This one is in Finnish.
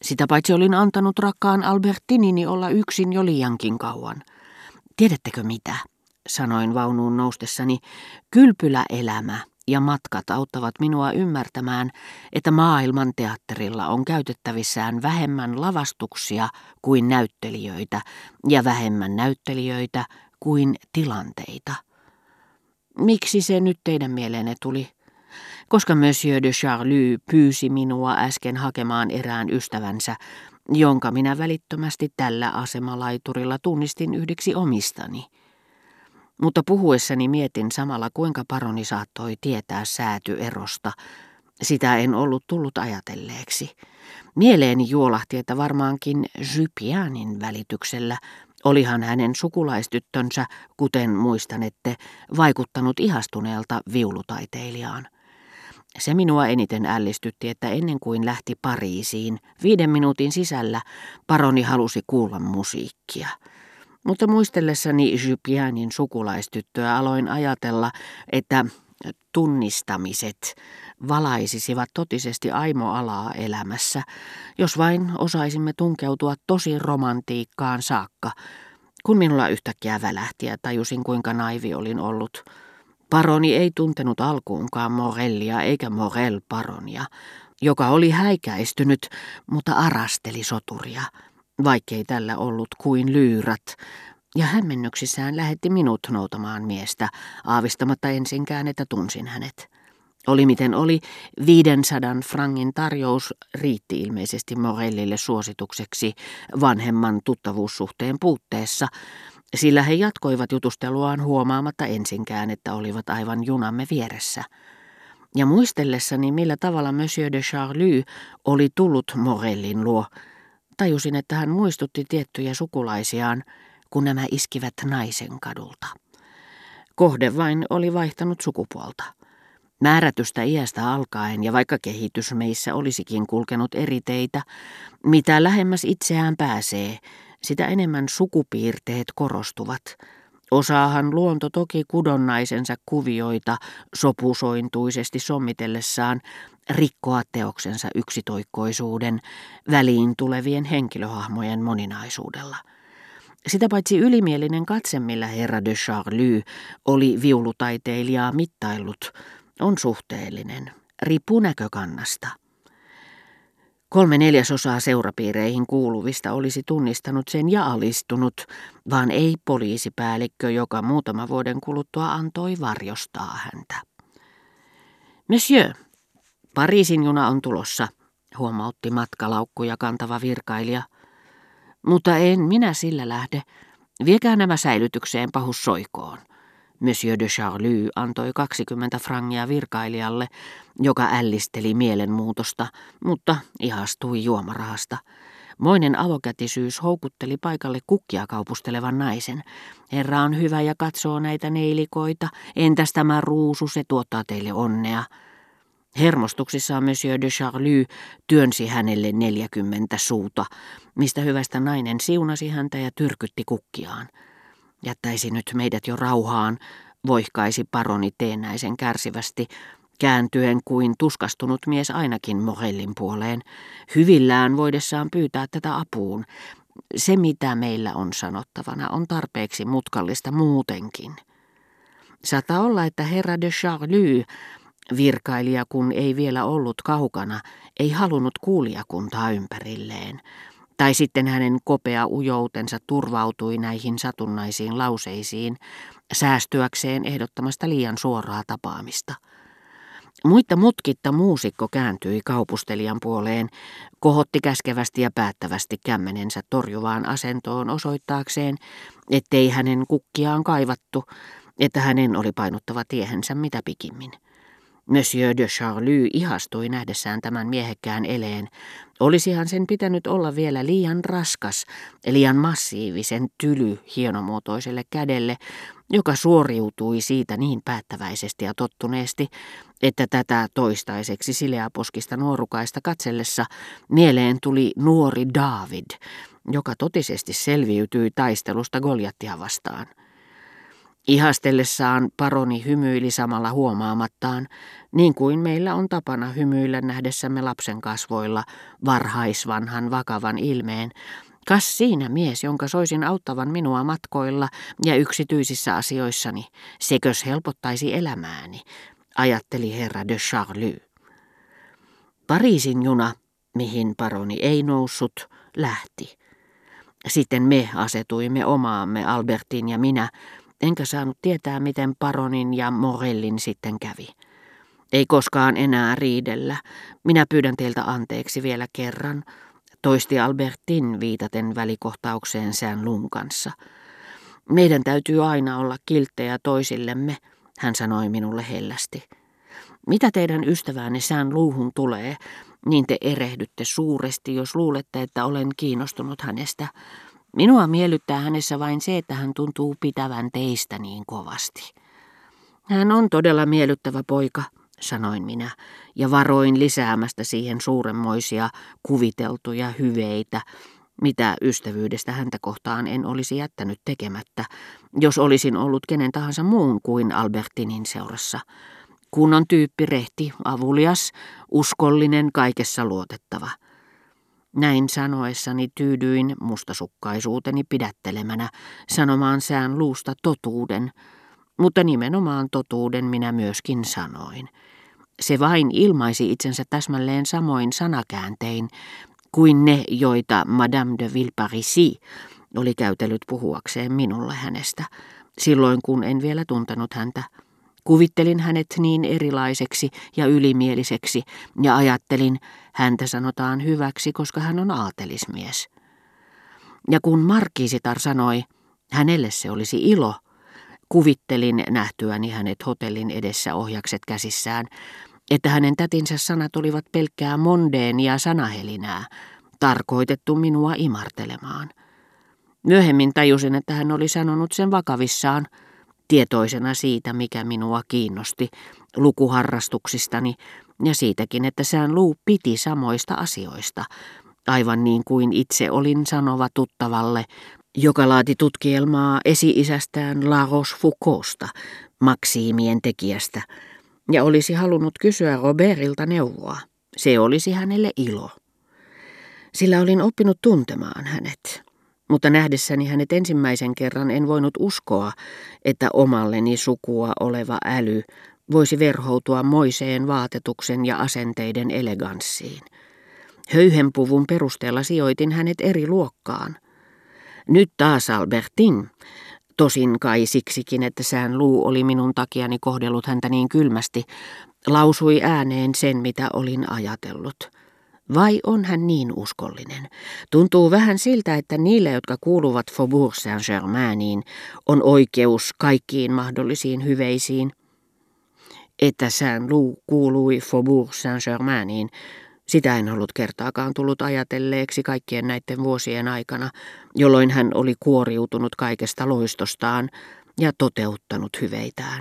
Sitä paitsi olin antanut rakkaan Albertinini olla yksin jo liiankin kauan. Tiedättekö mitä, sanoin vaunuun noustessani, kylpyläelämä ja matkat auttavat minua ymmärtämään, että maailman teatterilla on käytettävissään vähemmän lavastuksia kuin näyttelijöitä ja vähemmän näyttelijöitä kuin tilanteita. Miksi se nyt teidän mieleenne tuli? Koska Monsieur de Charlus pyysi minua äsken hakemaan erään ystävänsä, jonka minä välittömästi tällä asemalaiturilla tunnistin yhdeksi omistani. Mutta puhuessani mietin samalla, kuinka paroni saattoi tietää säätyerosta. Sitä en ollut tullut ajatelleeksi. Mieleeni juolahti, että varmaankin Jupianin välityksellä olihan hänen sukulaistyttönsä, kuten muistanette, vaikuttanut ihastuneelta viulutaiteilijaan. Se minua eniten ällistytti, että ennen kuin lähti Pariisiin, 5 minuutin sisällä paroni halusi kuulla musiikkia. Mutta muistellessani Jupianin sukulaistyttöä aloin ajatella, että tunnistamiset valaisisivat totisesti aimoalaa elämässä, jos vain osaisimme tunkeutua tosi romantiikkaan saakka. Kun minulla yhtäkkiä välähti ja tajusin, kuinka naivi olin ollut. Paroni ei tuntenut alkuunkaan Morellia eikä Morel paronia, joka oli häikäistynyt, mutta arasteli soturia, vaikkei tällä ollut kuin lyyrät, ja hämmennyksissään lähetti minut noutamaan miestä, aavistamatta ensinkään, että tunsin hänet. Oli miten oli, 500 frangin tarjous riitti ilmeisesti Morellille suositukseksi vanhemman tuttavuussuhteen puutteessa, sillä he jatkoivat jutusteluaan huomaamatta ensinkään, että olivat aivan junamme vieressä. Ja muistellessani, millä tavalla Monsieur de Charlus oli tullut Morellin luo, tajusin, että hän muistutti tiettyjä sukulaisiaan, kun nämä iskivät naisen kadulta. Kohde vain oli vaihtanut sukupuolta. Määrätystä iästä alkaen, ja vaikka kehitys meissä olisikin kulkenut eri teitä, mitä lähemmäs itseään pääsee, sitä enemmän sukupiirteet korostuvat. Osaahan luonto toki kudonnaisensa kuvioita sopusointuisesti sommitellessaan rikkoa teoksensa yksitoikkoisuuden väliin tulevien henkilöhahmojen moninaisuudella. Sitä paitsi ylimielinen katse, millä herra de Charlus oli viulutaiteilijaa mittaillut, on suhteellinen, riippuu näkökannasta. 3/4 seurapiireihin kuuluvista olisi tunnistanut sen ja alistunut, vaan ei poliisipäällikkö, joka muutama vuoden kuluttua antoi varjostaa häntä. Monsieur, Pariisin juna on tulossa, huomautti matkalaukkuja kantava virkailija. Mutta en minä sillä lähde. Viekää nämä säilytykseen pahussoikoon. Monsieur de Charlus antoi 20 frangia virkailijalle, joka ällisteli mielenmuutosta, mutta ihastui juomarahasta. Moinen avokätisyys houkutteli paikalle kukkia kaupustelevan naisen. Herra on hyvä ja katsoo näitä neilikoita. Entäs tämä ruusu, se tuottaa teille onnea. Hermostuksissaan Monsieur de Charlus työnsi hänelle 40 suuta, mistä hyvästä nainen siunasi häntä ja tyrkytti kukkiaan. Jättäisi nyt meidät jo rauhaan, voihkaisi paroni teennäisen kärsivästi, kääntyen kuin tuskastunut mies ainakin Morellin puoleen, hyvillään voidessaan pyytää tätä apuun. Se, mitä meillä on sanottavana, on tarpeeksi mutkallista muutenkin. Saattaa olla, että herra de Charlus, virkailija kun ei vielä ollut kaukana, ei halunnut kuulijakuntaa ympärilleen. Tai sitten hänen kopea ujoutensa turvautui näihin satunnaisiin lauseisiin, säästyäkseen ehdottamasta liian suoraa tapaamista. Muitta mutkitta muusikko kääntyi kaupustelijan puoleen, kohotti käskevästi ja päättävästi kämmenensä torjuvaan asentoon osoittaakseen, ettei hänen kukkiaan kaivattu, että hänen oli painuttava tiehensä mitä pikimmin. Monsieur de Charlus ihastui nähdessään tämän miehekkään eleen. Olisihan sen pitänyt olla vielä liian raskas, liian massiivisen tyly hienomuotoiselle kädelle, joka suoriutui siitä niin päättäväisesti ja tottuneesti, että tätä toistaiseksi sileäposkista nuorukaista katsellessa mieleen tuli nuori David, joka totisesti selviytyi taistelusta Goljattia vastaan. Ihastellessaan paroni hymyili samalla huomaamattaan, niin kuin meillä on tapana hymyillä nähdessämme lapsen kasvoilla varhaisvanhan vakavan ilmeen. Kas siinä mies, jonka soisin auttavan minua matkoilla ja yksityisissä asioissani, sekös helpottaisi elämääni, ajatteli herra de Charlie. Pariisin juna, mihin paroni ei noussut, lähti. Sitten me asetuimme omaamme, Albertin ja minä, enkä saanut tietää, miten paronin ja Morellin sitten kävi. Ei koskaan enää riidellä. Minä pyydän teiltä anteeksi vielä kerran, toisti Albertin viitaten välikohtaukseen Saint-Loun kanssa. Meidän täytyy aina olla kilttejä toisillemme, hän sanoi minulle hellästi. Mitä teidän ystäväänne Saint-Louhun tulee, niin te erehdytte suuresti, jos luulette, että olen kiinnostunut hänestä. Minua miellyttää hänessä vain se, että hän tuntuu pitävän teistä niin kovasti. Hän on todella miellyttävä poika, sanoin minä, ja varoin lisäämästä siihen suuremmoisia kuviteltuja hyveitä, mitä ystävyydestä häntä kohtaan en olisi jättänyt tekemättä, jos olisin ollut kenen tahansa muun kuin Albertinin seurassa. Kunnon tyyppi, rehti, avulias, uskollinen, kaikessa luotettava. Näin sanoessani tyydyin mustasukkaisuuteni pidättelemänä sanomaan Saint-Lousta totuuden, mutta nimenomaan totuuden minä myöskin sanoin. Se vain ilmaisi itsensä täsmälleen samoin sanakääntein kuin ne, joita Madame de Villeparisis oli käytellyt puhuakseen minulle hänestä, silloin kun en vielä tuntenut häntä. Kuvittelin hänet niin erilaiseksi ja ylimieliseksi ja ajattelin, häntä sanotaan hyväksi, koska hän on aatelismies. Ja kun markiisitar sanoi, hänelle se olisi ilo, kuvittelin nähtyäni hänet hotellin edessä ohjakset käsissään, että hänen tätinsä sanat olivat pelkkää mondeenia sanahelinää, tarkoitettu minua imartelemaan. Myöhemmin tajusin, että hän oli sanonut sen vakavissaan, tietoisena siitä, mikä minua kiinnosti, lukuharrastuksistani ja siitäkin, että Saint-Lou piti samoista asioista, aivan niin kuin itse olin sanova tuttavalle, joka laati tutkielmaa esi-isästään La Rochefoucauldsta, maksiimien tekijästä, ja olisi halunnut kysyä Robertilta neuvoa. Se olisi hänelle ilo. Sillä olin oppinut tuntemaan hänet. Mutta nähdessäni hänet ensimmäisen kerran en voinut uskoa, että omalleni sukua oleva äly voisi verhoutua moiseen vaatetuksen ja asenteiden eleganssiin. Höyhenpuvun perusteella sijoitin hänet eri luokkaan. Nyt taas Albertin, tosin kai siksikin, että Saint-Lou oli minun takiani kohdellut häntä niin kylmästi, lausui ääneen sen, mitä olin ajatellut. Vai on hän niin uskollinen? Tuntuu vähän siltä, että niillä, jotka kuuluvat Faubourg Saint-Germainiin, on oikeus kaikkiin mahdollisiin hyveisiin. Että Saint-Lou kuului Faubourg Saint-Germainiin, sitä en ollut kertaakaan tullut ajatelleeksi kaikkien näiden vuosien aikana, jolloin hän oli kuoriutunut kaikesta loistostaan ja toteuttanut hyveitään.